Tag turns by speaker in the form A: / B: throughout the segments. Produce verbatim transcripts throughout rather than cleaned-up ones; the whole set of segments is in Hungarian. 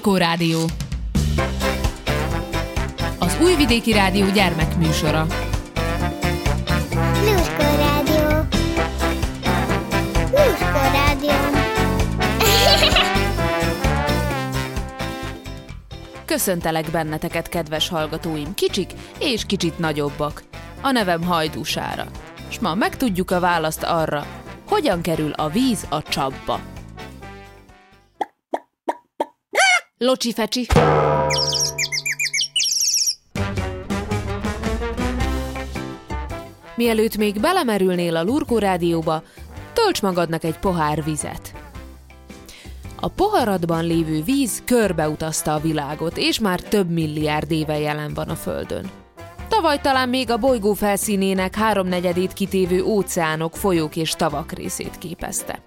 A: Lurkó Rádió. Az Újvidéki Rádió gyermekműsora.
B: Lurkó Rádió. Lurkó Rádió.
C: Köszöntelek benneteket, kedves hallgatóim, kicsik és kicsit nagyobbak. A nevem Hajdúsára, s ma megtudjuk a választ arra, hogyan kerül a víz a csapba. Locsi fecsi! Mielőtt még belemerülnél a Lurkó Rádióba, tölts magadnak egy pohár vizet. A poharadban lévő víz körbeutazta a világot, és már több milliárd éve jelen van a Földön. Tavaly talán még a bolygó felszínének háromnegyedét kitévő óceánok, folyók és tavak részét képezte.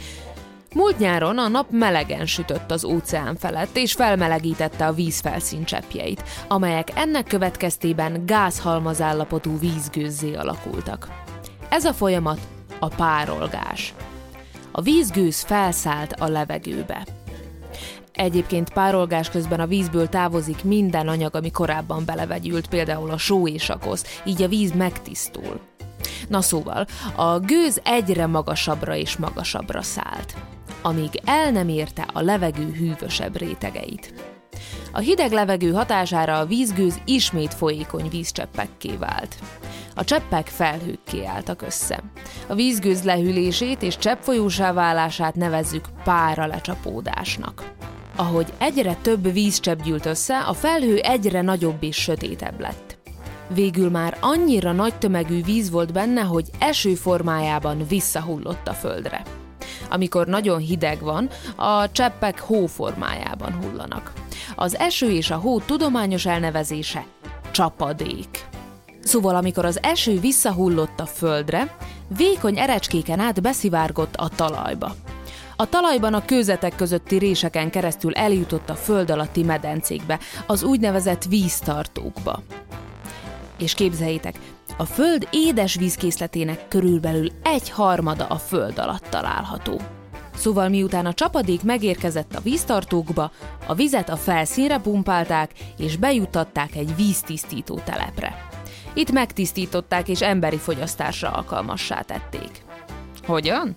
C: Múlt nyáron a nap melegen sütött az óceán felett, és felmelegítette a vízfelszín cseppjeit, amelyek ennek következtében gázhalmazállapotú vízgőzzé alakultak. Ez a folyamat a párolgás. A vízgőz felszállt a levegőbe. Egyébként párolgás közben a vízből távozik minden anyag, ami korábban belevegyült, például a só és a kosz, így a víz megtisztul. Na szóval, a gőz egyre magasabbra és magasabbra szállt, amíg el nem érte a levegő hűvösebb rétegeit. A hideg levegő hatására a vízgőz ismét folyékony vízcseppekké vált. A cseppek felhőkké álltak össze. A vízgőz lehűlését és cseppfolyósá válását nevezzük páralecsapódásnak. Ahogy egyre több vízcsepp gyűlt össze, a felhő egyre nagyobb és sötétebb lett. Végül már annyira nagy tömegű víz volt benne, hogy eső formájában visszahullott a földre. Amikor nagyon hideg van, a cseppek hó formájában hullanak. Az eső és a hó tudományos elnevezése csapadék. Szóval amikor az eső visszahullott a földre, vékony erecskéken át beszivárgott a talajba. A talajban a kőzetek közötti réseken keresztül eljutott a föld alatti medencékbe, az úgynevezett víztartókba. És képzeljétek, a föld édes vízkészletének körülbelül egy harmada a föld alatt található. Szóval miután a csapadék megérkezett a víztartókba, a vizet a felszínre pumpálták és bejuttatták egy víztisztító telepre. Itt megtisztították és emberi fogyasztásra alkalmassá tették. Hogyan?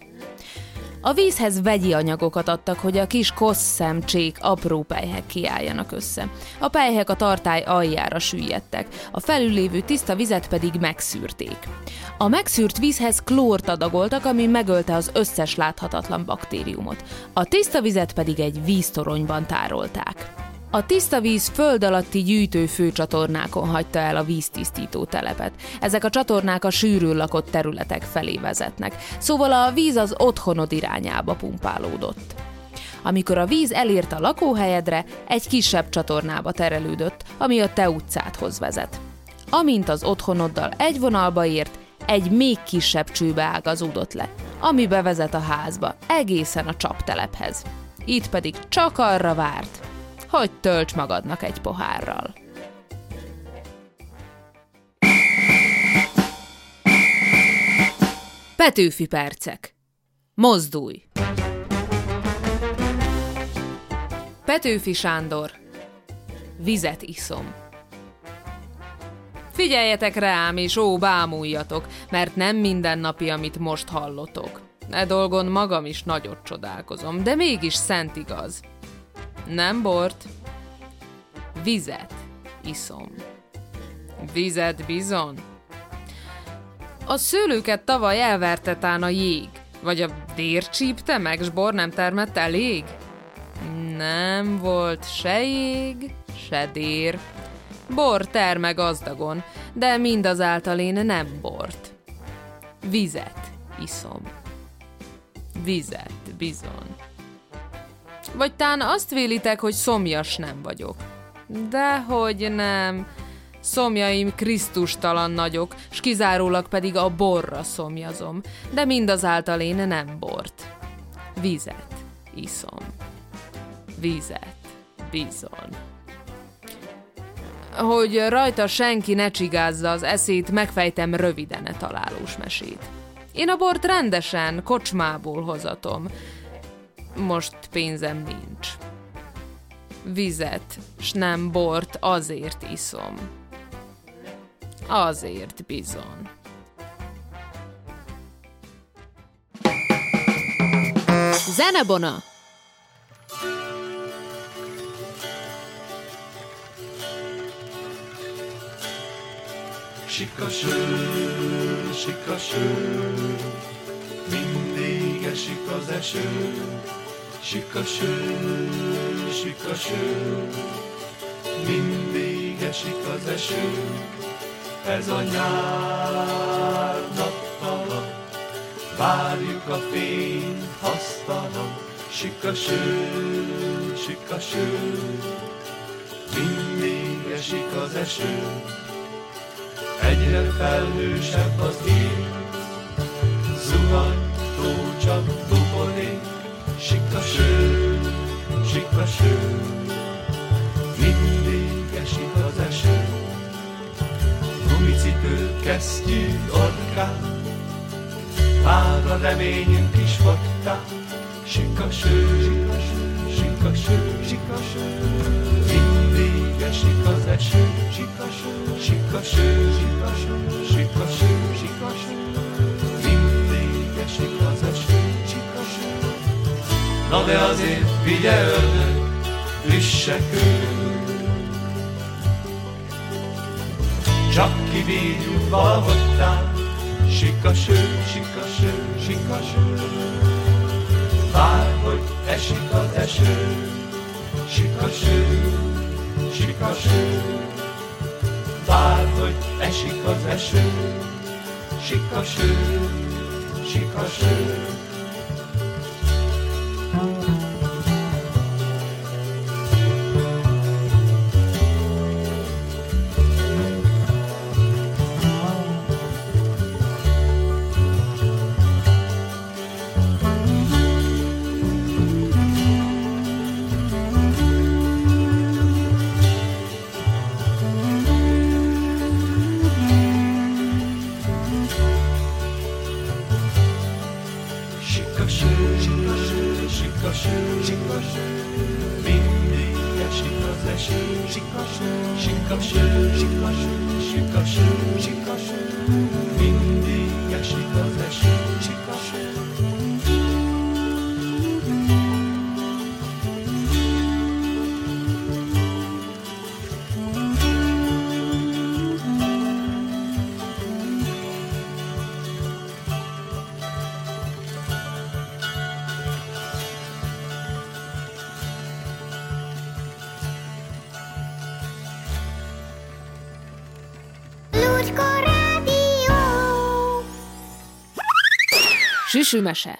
C: A vízhez vegyi anyagokat adtak, hogy a kis kosszemcsék, apró pelyhek kiálljanak össze. A pelyhek a tartály aljára süllyedtek, a felül lévő tiszta vizet pedig megszűrték. A megszűrt vízhez klórt adagoltak, ami megölte az összes láthatatlan baktériumot. A tiszta vizet pedig egy víztoronyban tárolták. A tiszta víz föld alatti gyűjtő főcsatornákon hagyta el a víztisztító telepet. Ezek a csatornák a sűrűn lakott területek felé vezetnek, szóval a víz az otthonod irányába pumpálódott. Amikor a víz elért a lakóhelyedre, egy kisebb csatornába terelődött, ami a te utcádhoz vezet. Amint az otthonoddal egy vonalba ért, egy még kisebb csőbe ágazódott le, ami bevezet a házba, egészen a csaptelephez. Itt pedig csak arra várt, hogy tölts magadnak egy pohárral. Petőfi percek. Mozdulj! Petőfi Sándor. Vizet iszom. Figyeljetek rám, és ó, bámuljatok, mert nem mindennapi, amit most hallotok. E dolgon magam is nagyot csodálkozom, de mégis szent igaz. Nem bort, vizet iszom. Vizet bizon? A szőlőket tavaly elverte tán a jég, vagy a dér csípte meg, s bor nem termett elég? Nem volt se jég, se dér. Bor terme gazdagon, de mindazáltal én nem bort. Vizet iszom. Vizet bizon. Vagy tán azt vélitek, hogy szomjas nem vagyok. Dehogy nem. Szomjaim krisztustalan nagyok, s kizárólag pedig a borra szomjazom, de mindazáltal én nem bort. Vizet iszom. Vizet bizon. Hogy rajta senki ne csigázza az eszét, megfejtem röviden e találós mesét. Én a bort rendesen, kocsmából hozatom. Most pénzem nincs. vizet, s nem bort azért iszom. Azért bizony. Zenebona!
D: Sikaső, sikaső, mindig esik az eső. Sikaső, sikaső, mindig esik az eső. Ez a nyár naptala, várjuk a fény hasztala. Sikaső, sikaső, mindig esik az eső. Egyre felhősebb az ég, zuhanytó csak buborék. Sikaső, sikaső, mindig esik az eső. Gumicipő, kesztyű, orkán, már a reményünk is fogytán. Sikaső, sikaső, sikaső, sikaső, mindig esik az eső. Sikaső, sikaső, sikaső, sikaső, sikaső, mindig esik az eső. Sikaső, na de azért vigye ördög, üsse kő. Csak kibírjuk valahogytán. Sikaső, sikaső, sikaső, vár, hogy esik az eső. Sikaső, sikaső, vár, hogy esik az eső. Sikaső, sikaső.
C: Süsümese.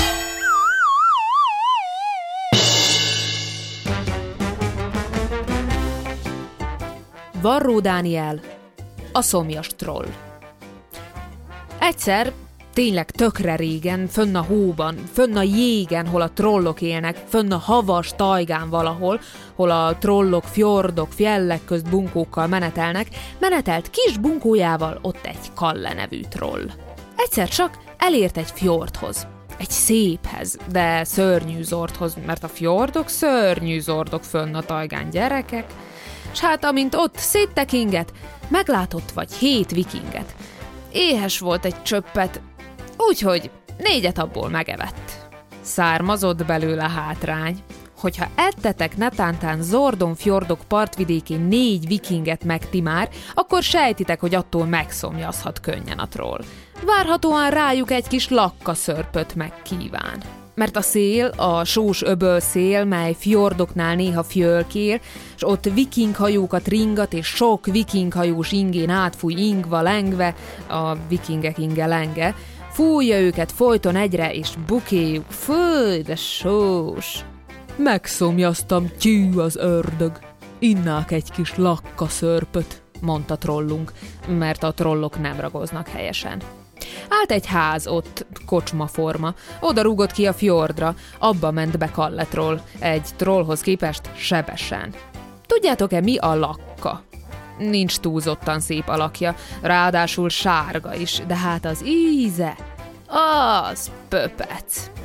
C: Varró Dániel, a szomjas troll. Egyszer, tényleg tökre régen, fönn a hóban, fönn a jégen, hol a trollok élnek, fönn a havas tajgán valahol, hol a trollok fjordok, fjellek közt bunkókkal menetelnek, menetelt kis bunkójával ott egy Kalle nevű troll. Egyszer csak elért egy fjordhoz, egy széphez, de szörnyű zordhoz, mert a fjordok szörnyű zordok fönn a tajgán, gyerekek. S hát amint ott széttekinget, meglátott vagy hét vikinget. Éhes volt egy csöppet, úgyhogy négyet abból megevett. Származott belőle hátrány, hogyha ettetek netántán Zordon fjordok partvidékén négy vikinget meg ti már, akkor sejtitek, hogy attól megszomjazhat könnyen a troll. Várhatóan rájuk egy kis lakkaszörpöt megkíván. Mert a szél, a sós öböl szél, mely fjordoknál néha fjölkér, s ott vikinghajókat ringat, és sok vikinghajós ingén átfúj ingva lengve, a vikingek inge lenge, fújja őket folyton egyre, és bukéjuk, fúj, de sós. Megszomjaztam, tyű az ördög, innák egy kis lakkaszörpöt, mondta trollunk, mert a trollok nem ragoznak helyesen. Állt egy ház ott, kocsmaforma, oda rúgott ki a fjordra, abba ment be Kalle troll, egy trollhoz képest sebesen. Tudjátok-e, mi a lakka? Nincs túlzottan szép alakja, ráadásul sárga is, de hát az íze, az pöpec.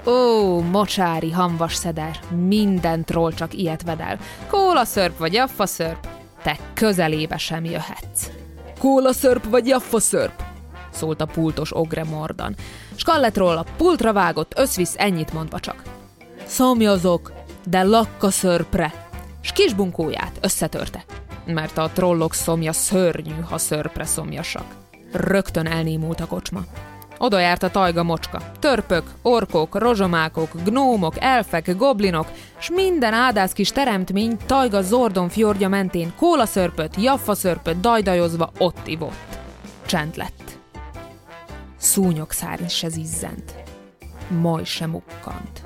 C: Ó, mocsári hamvas szeder, minden troll csak ilyet vedel. Kólaszörp vagy jaffaszörp, te közelébe sem jöhetsz. Kólaszörp vagy jaffaszörp, szólt a pultos ogre mordan. Skalletroll a pultra vágott, összvisz ennyit mondva csak. Szomjazok, de lakkaszörpre, s kis bunkóját összetörte, mert a trollok szomja szörnyű, ha szörpre szomjasak. Rögtön elnémult a kocsma. Oda járt a tajga mocska. Törpök, orkok, rozsomákok, gnómok, elfek, goblinok, s minden ádász kis teremtmény tajga Zordon fjordja mentén kólaszörpöt, jaffaszörpöt dajdajozva ott ivott. Csend lett. Szúnyogszárny se zizzent. Maj se mukkant.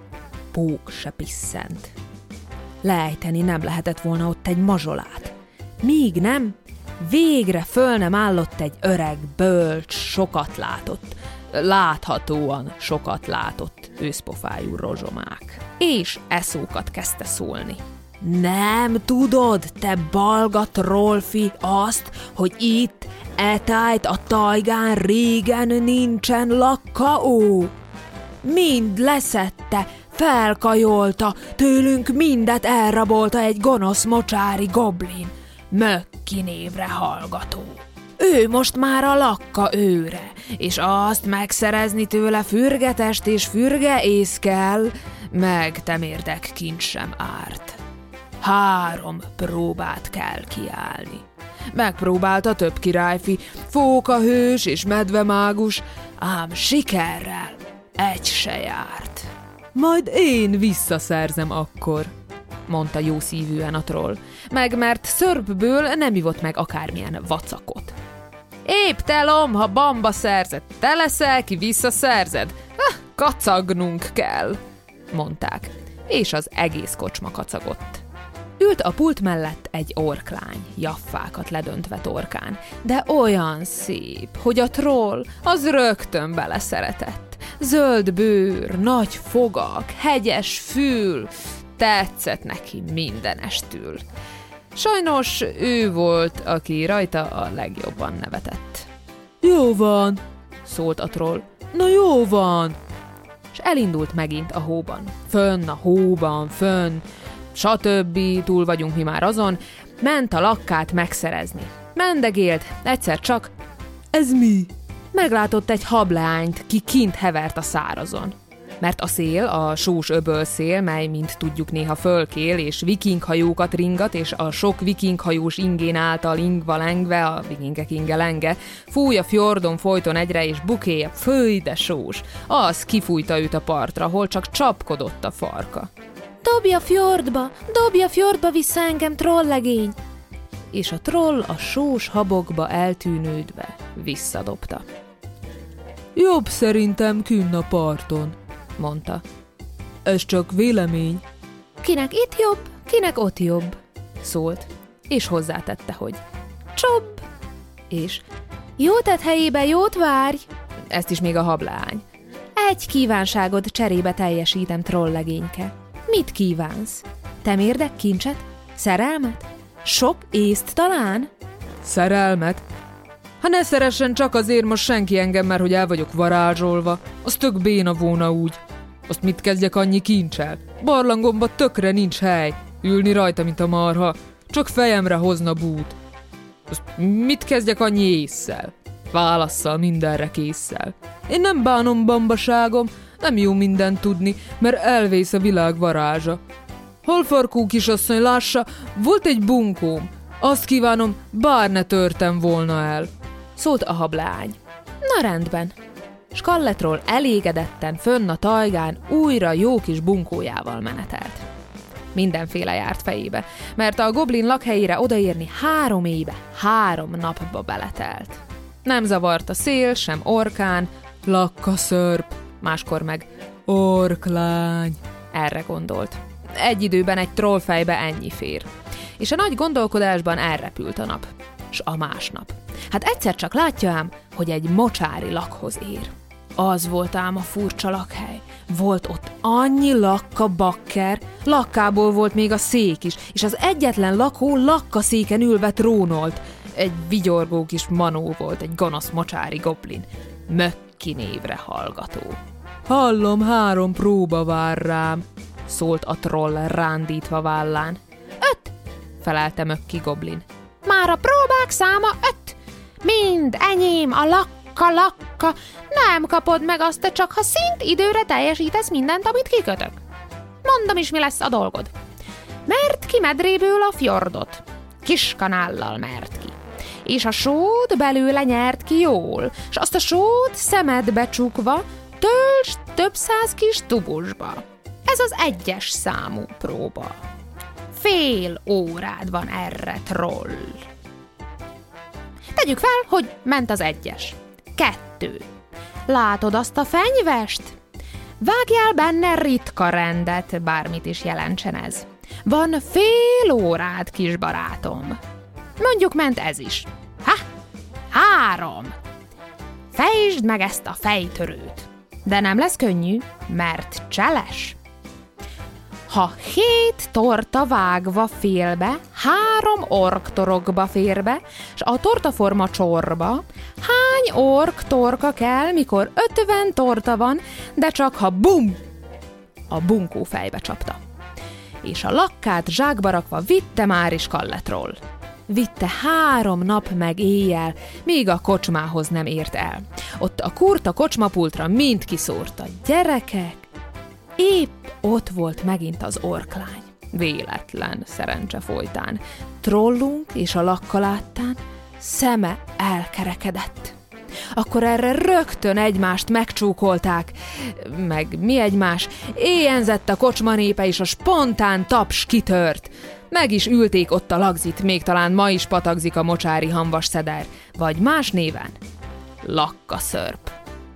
C: Pók se pisszent. Leejteni nem lehetett volna ott egy mazsolát. Míg nem, végre föl nem állott egy öreg, bölcs, sokat látott, láthatóan sokat látott őszpofájú rozsomák. És eszókat kezdte szólni. Nem tudod, te balga trollfi, azt, hogy itt, etájt a tajgán régen nincsen lakkaó? Mind leszette, felkajolta, tőlünk mindet elrabolta egy gonosz mocsári goblin, Mökki névre hallgató. Ő most már a lakka őre, és azt megszerezni tőle fürgetest és fürge ész kell, meg temérdek kincs sem árt. Három próbát kell kiállni. Megpróbálta több királyfi, fókahős és medvemágus, ám sikerrel egy se járt. Majd én visszaszerzem akkor, mondta jószívűen a troll, meg mert szörpből nem ivott meg akármilyen vacakot. Épp telom, ha bamba szerzed, te leszel, ki visszaszerzed. Ha, kacagnunk kell, mondták, és az egész kocsma kacagott. Ült a pult mellett egy orklány, jaffákat ledöntve torkán, de olyan szép, hogy a troll az rögtön beleszeretett. Zöld bőr, nagy fogak, hegyes fül, tetszett neki mindenestül. Sajnos ő volt, aki rajta a legjobban nevetett. Jó van, szólt a troll. Na jó van. És elindult megint a hóban. Fönn a hóban, fönn, stb. Túl vagyunk mi már azon, ment a lakkát megszerezni. Mendegélt, egyszer csak, ez mi? Meglátott egy hableányt, ki kint hevert a szárazon. Mert a szél, a sós öbölszél, mely, mint tudjuk, néha fölkél, és vikinghajókat ringat, és a sok vikinghajós ingén által ingva lengve, a vikingek inge lenge, fúj a fjordon folyton egyre, és bukéja, főj, de sós. Az kifújta őt a partra, hol csak csapkodott a farka. Dobj a fjordba, dobj a fjordba vissza engem, trollegény! És a troll a sós habokba eltűnődve visszadobta. Jobb szerintem künn a parton, mondta. Ez csak vélemény. Kinek itt jobb, kinek ott jobb, szólt, és hozzátette, hogy csobb, és jó tett helyébe jót várj, ezt is még a hableány. Egy kívánságod cserébe teljesítem, trollegényke. Mit kívánsz? Temérdek kincset? Szerelmet? Sok észt talán? Szerelmet? Ha ne szeressen csak azért most senki engem, mert hogy el vagyok varázsolva, az tök béna volna úgy. Azt mit kezdjek annyi kincsel? Barlangomba tökre nincs hely. Ülni rajta, mint a marha. Csak fejemre hozna bút. Azt mit kezdjek annyi ésszel? Válasszal, mindenre késszel. Én nem bánom bambaságom, nem jó mindent tudni, mert elvész a világ varázsa. Halfarkú kisasszony, lássa, volt egy bunkóm. Azt kívánom, bár ne törtem volna el. Szólt a hableány. Na rendben. Skalletroll elégedetten fönn a tajgán újra jó kis bunkójával menetelt. Mindenféle járt fejébe, mert a goblin lakhelyére odaérni három éve, három napba beletelt. Nem zavart a szél, sem orkán, lakkaszörp, máskor meg orklány. Erre gondolt. Egy időben egy trollfejbe ennyi fér. És a nagy gondolkodásban elrepült a nap. S a másnap. Hát egyszer csak látja ám, hogy egy mocsári lakhoz ér. Az volt ám a furcsa lakhely. Volt ott annyi lakka bakker, lakkából volt még a szék is, és az egyetlen lakó lakkaszéken ülve trónolt. Egy vigyorgó kis manó volt, egy gonosz mocsári goblin. Mökki névre hallgató. Hallom, három próba vár rám, szólt a troll rándítva vállán. Öt, felelte Mökki goblin. Már a próbák száma öt. Mind enyém a lakka, lakka. Nem kapod meg azt, te csak ha szint időre teljesítesz mindent, amit kikötök. Mondom is, mi lesz a dolgod. Merd ki medréből a fjordot. Kis kanállal merd ki. És a sót belőle nyert ki jól, s azt a sót szemedbe csukva töltsd több száz kis tubusba. Ez az egyes számú próba. Fél órád van erre, troll. Tegyük fel, hogy ment az egyes. Kettő. Látod azt a fenyvest? Vágjál benne ritka rendet, bármit is jelentsen ez. Van fél órád, kis barátom. Mondjuk ment ez is. Ha! Három! Fejtsd meg ezt a fejtörőt. De nem lesz könnyű, mert cseles. Ha hét torta vágva félbe, három ork torokba fér be, s a tortaforma csorba, hány ork torka kell, mikor ötven torta van, de csak ha bum! A bunkó fejbe csapta. És a lakkát zsákba rakva vitte már is Kalletroll. Vitte három nap meg éjjel, míg a kocsmához nem ért el. Ott a kurta kocsmapultra mind kiszórta. Gyerekek, épp ott volt megint az orklány. Véletlen szerencse folytán. Trollunk és a lakka láttán szeme elkerekedett. Akkor erre rögtön egymást megcsúkolták, meg mi egymás, éjjenzett a kocsma népe, és a spontán taps kitört. Meg is ülték ott a lagzit, még talán ma is patagzik a mocsári hamvas szeder, vagy más néven lakkaszörp.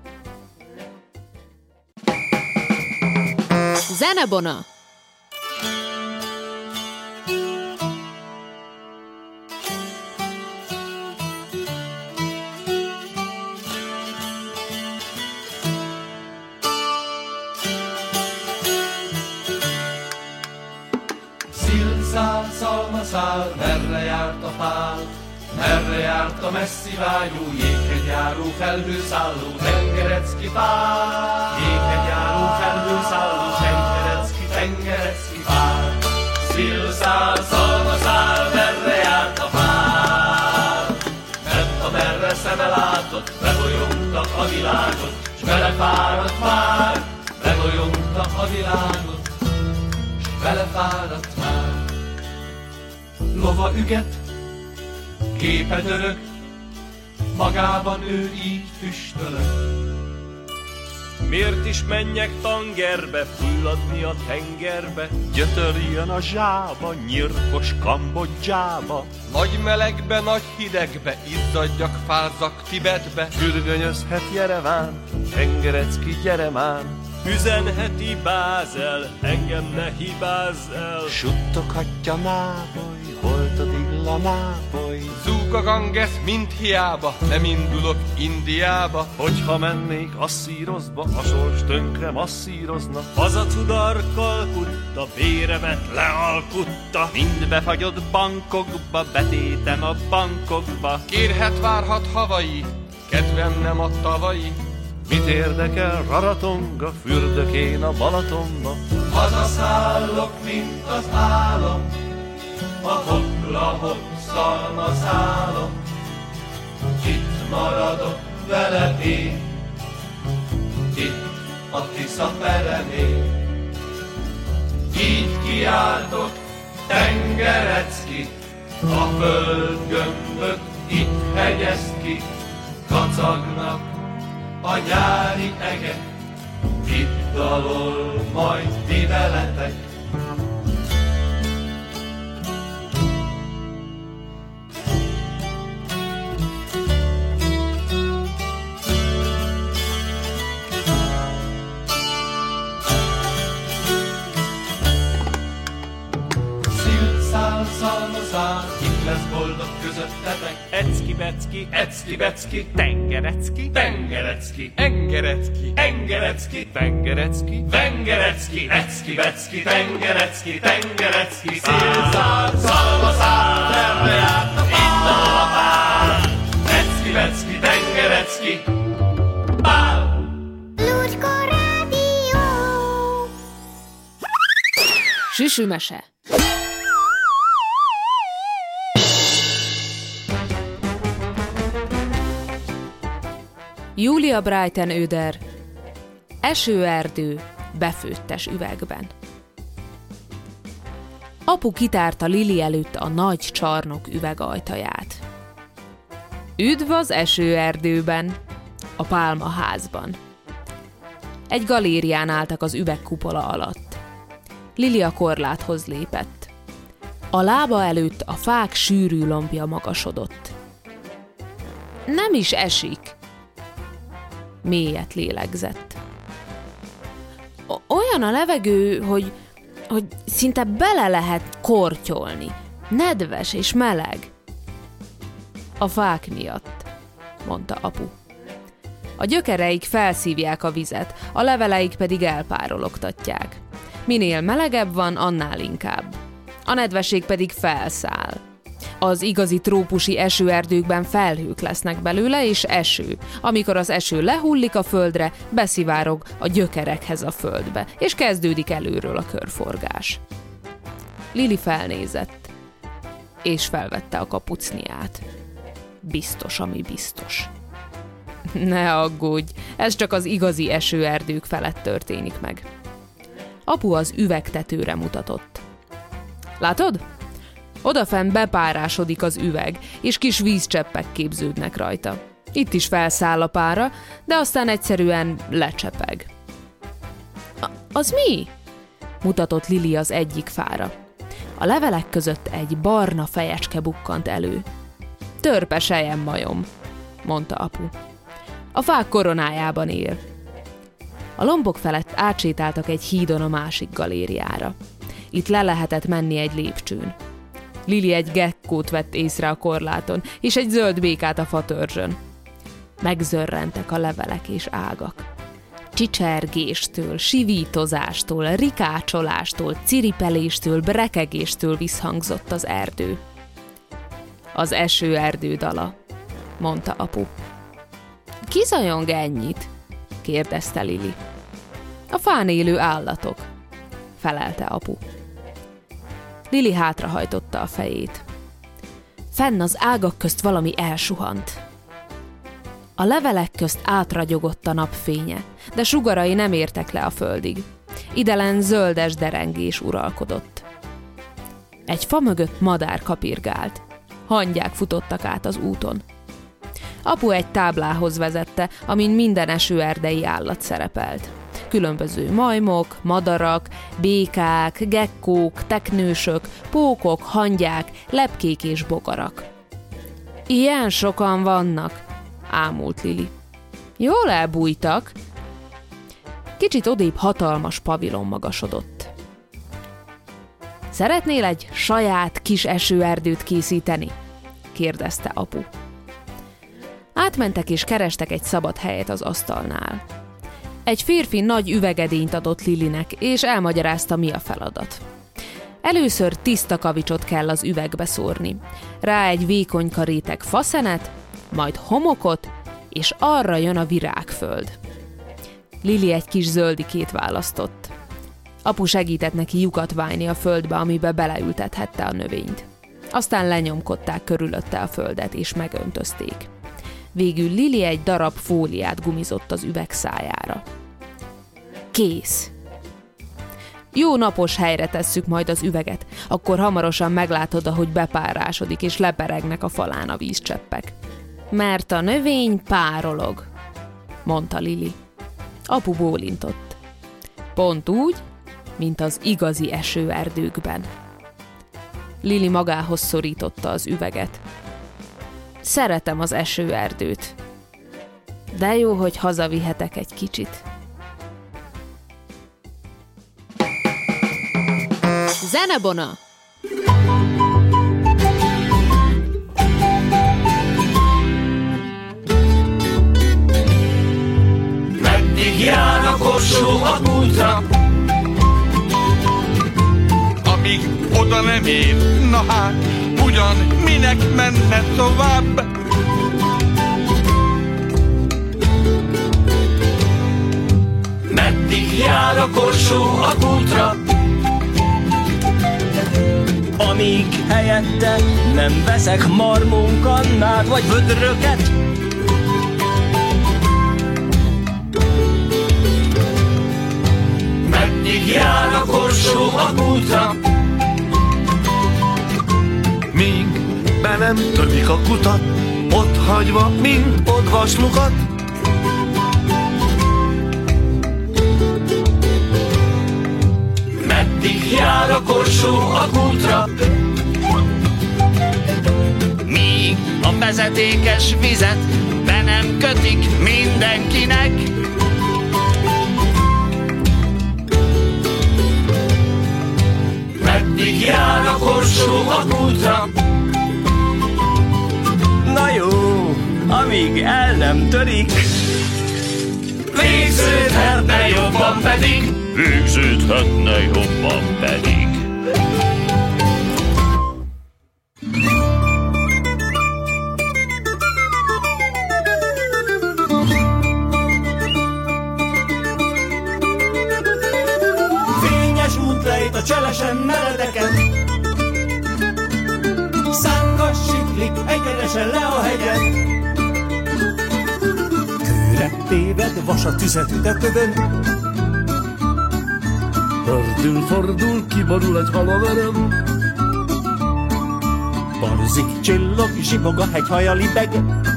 A: Zenebona.
D: Szilszál, szalmaszál, merre járt a pál? Merre járt a messzi vágyú, jéghegyjáró, felhőszálló, tengerecki pál? Jéghegyjáró, felhőszálló, tengerecki, tengerecki pál. Szilszál, szalmaszál, merre járt a pál? Ment a merre szeme látott, bebolyogta a világot, s belefáradt már, bebolyogta a világot, s belefáradt már. Lova üget, képe dörög, magában ő így füstölög.
E: Miért is menjek tangerbe, fulladni a tengerbe, gyötörjön a zsába, nyírkos Kambodzsába.
F: Nagy melegbe, nagy hidegbe, izzadjak, fázzak Tibetbe.
E: Sürgönyözhet Jereván, tengerecki, gyere már. Üzenheti Bázel, engem ne hibázz el. Suttoghatja Nápoly, holtod illa Nápoly.
F: Zúg a Ganges, mint hiába, nem indulok Indiába.
E: Hogyha mennék Asszírozba, a sors tönkre masszírozna. Haza Tudor Kalkutta, véremet lealkutta. Mind befagyott Bangkokba, betétem a bankokba.
F: Kérhet, várhat Havai, kedvem nem a tavai.
E: Mit érdekel Raratonga, fürdök én a Balatonba.
D: Hazaszállok, mint az álom, a hopla-hop szalmaszálom. Itt maradok veled én, itt a Tisza peremén. Így kiáltok, tengerecki, a földgömbök itt hegyezd ki. Kacagnak a nyári egek, itt dalol majd ti veletek. Szilszál, szalmazál, itt lesz boldog közöttetek.
E: Ecki-becki,
D: Ecki-becki,
E: tengerecki,
D: tengerecki,
F: Engerecki,
D: engerecki,
E: tengerecki,
D: vengerecki, ecki-becki, tengerecki, tengerecki. Szilszál, szalmaszál, merre járt a pál? A pál. Ecki-becki, tengerecki, pál.
B: Lucska Rádió.
C: Süsümese. Julia Breitenöder. Esőerdő befőttes üvegben. Apu kitárta Lili előtt a nagy csarnok üvegajtaját. Üdv az esőerdőben, a pálmaházban. Egy galérián álltak az üvegkupola alatt. Lili a korláthoz lépett. A lába előtt a fák sűrű lombja magasodott. Nem is esik. Mélyet lélegzett. Olyan a levegő, hogy, hogy szinte bele lehet kortyolni. Nedves és meleg. A fák miatt, mondta apu. A gyökereik felszívják a vizet, a leveleik pedig elpárologtatják. Minél melegebb van, annál inkább. A nedvesség pedig felszáll. Az igazi trópusi esőerdőkben felhők lesznek belőle, és eső. Amikor az eső lehullik a földre, beszivárog a gyökerekhez a földbe, és kezdődik előről a körforgás. Lili felnézett, és felvette a kapucniát. Biztos, ami biztos. Ne aggódj, ez csak az igazi esőerdők felett történik meg. Apu az üvegtetőre mutatott. Látod? Odafenn bepárásodik az üveg, és kis vízcseppek képződnek rajta. Itt is felszáll a pára, de aztán egyszerűen lecsepeg. A- az mi? Mutatott Lili az egyik fára. A levelek között egy barna fejecske bukkant elő. Törpe selyemmajom, mondta apu. A fák koronájában él. A lombok felett átsétáltak egy hídon a másik galériára. Itt le lehetett menni egy lépcsőn. Lili egy gekkót vett észre a korláton, és egy zöld békát a fatörzsön. Megzörrentek a levelek és ágak. Csicsergéstől, sivítozástól, rikácsolástól, ciripeléstől, brekegéstől visszhangzott az erdő. Az esőerdő dala, mondta apu. Ki zajong ennyit? kérdezte Lili. A fán élő állatok, felelte apu. Lili hátrahajtotta a fejét. Fenn az ágak közt valami elsuhant. A levelek közt átragyogott a napfénye, de sugarai nem értek le a földig. Idelen zöldes derengés uralkodott. Egy fa mögött madár kapirgált. Hangyák futottak át az úton. Apu egy táblához vezette, amin minden esőerdei állat szerepelt. Különböző majmok, madarak, békák, gekkók, teknősök, pókok, hangyák, lepkék és bogarak. Ilyen sokan vannak, ámult Lili. Jól elbújtak. Kicsit odébb hatalmas pavilon magasodott. Szeretnél egy saját kis esőerdőt készíteni? kérdezte apu. Átmentek és kerestek egy szabad helyet az asztalnál. Egy férfi nagy üvegedényt adott Lilinek, és elmagyarázta, mi a feladat. Először tiszta kavicsot kell az üvegbe szórni, rá egy vékonyka réteg faszenet, majd homokot, és arra jön a virágföld. Lili egy kis zöldikét választott. Apu segített neki lyukat vájni a földbe, amibe beleültethette a növényt. Aztán lenyomkodták körülötte a földet, és megöntözték. Végül Lili egy darab fóliát gumizott az üveg szájára. Kész! Jó napos helyre tesszük majd az üveget, akkor hamarosan meglátod, ahogy bepárásodik és leperegnek a falán a vízcseppek. Mert a növény párolog, mondta Lili. Apu bólintott. Pont úgy, mint az igazi esőerdőkben. Lili magához szorította az üveget. Szeretem az esőerdőt. De jó, hogy hazavihetek egy kicsit. Zenebona!
D: Meddig jár a korsó a kútra?
F: Amíg oda nem ér, na hát, ugyan minek menne tovább?
D: Meddig jár a korsó a kútra?
G: amíg helyette nem veszek marmónkannát vagy vödröket.
D: Meddig jár a korsó a kútra,
E: Míg be nem törik a kutat, ott hagyva mint odvaslukat.
D: meddig jár a korsó a kútra,
G: Míg a vezetékes vizet be nem kötik mindenkinek.
D: meddig jár a korsó a kútra,
G: Na jó, amíg el nem törik,
D: végződhetne jobban pedig.
G: végződhetne jobban pedig.
D: Fényes út lejt a cselesen meredeken, szánkas siklik egyenesen le a hegyen. Kőre téved, vas a tüzet üt a kövön,
E: Fordul, fordul, kiborul egy halaverem.
D: barzik, csillog, zsibog a hegyhaja libeg.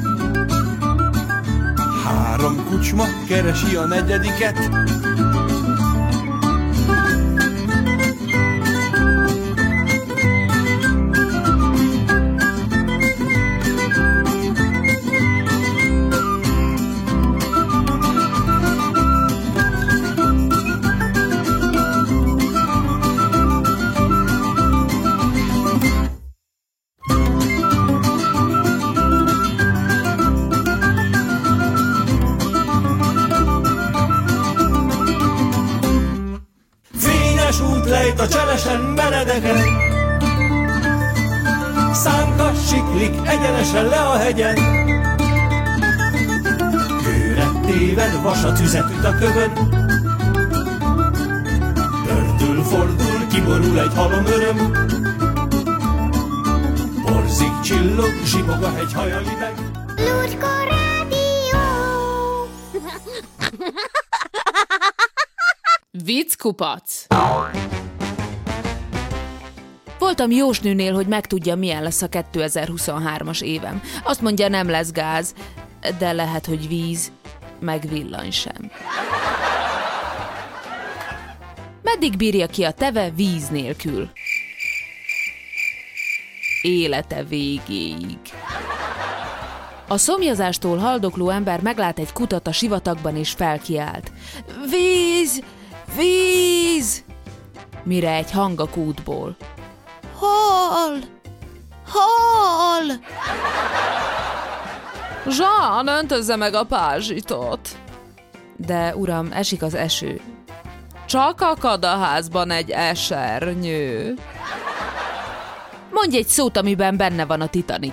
D: Három kucsma keresi a negyediket, lejt a cselesen meredeken, szánkas siklik egyenesen le a hegyen. Kőre téved, vas a tüzet üt a kövön, pördül, fordul, kiborul egy halom öröm. Borzik, csillog, zsibog a hegyhaja libeg.
B: Lurkó Rádió.
C: Vicckupac! Voltam jósnőnél, hogy megtudja, milyen lesz a kétezer-huszonhármas évem. Azt mondja, nem lesz gáz, de lehet, hogy víz, meg villany sem. Meddig bírja ki a teve víz nélkül? Élete végéig. A szomjazástól haldokló ember meglát egy kutat a sivatagban és felkiált. Víz! Víz! Mire egy hang a kútból. Hol? Hol? Zsán, öntözze meg a pázsitot. De uram, esik az eső. Csak akad a házban egy esernyő. Mondj egy szót, amiben benne van a Titanic.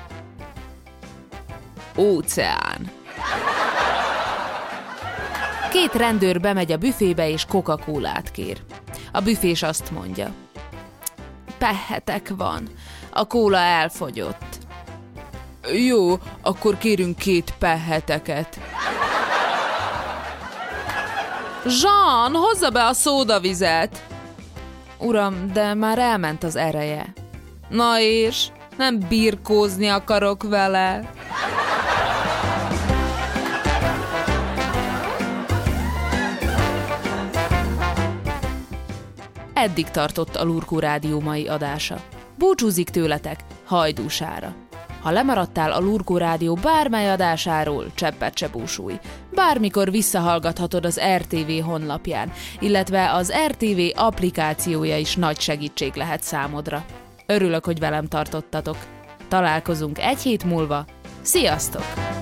C: Óceán. Két rendőr bemegy a büfébe és Coca-Colát kér. A büfés azt mondja. Pehetek van. A kóla elfogyott. Jó, akkor kérünk két peheteket. Zsán, hozza be a szódavizet. Uram, de már elment az ereje. Na és? Nem birkózni akarok vele. Eddig tartott a Lurkó Rádió mai adása. Búcsúzik tőletek Hajdúsára. Ha lemaradtál a Lurkó Rádió bármely adásáról, cseppet se búsulj. Bármikor visszahallgathatod az er té vé honlapján, illetve az er té vé applikációja is nagy segítség lehet számodra. Örülök, hogy velem tartottatok. Találkozunk egy hét múlva. Sziasztok!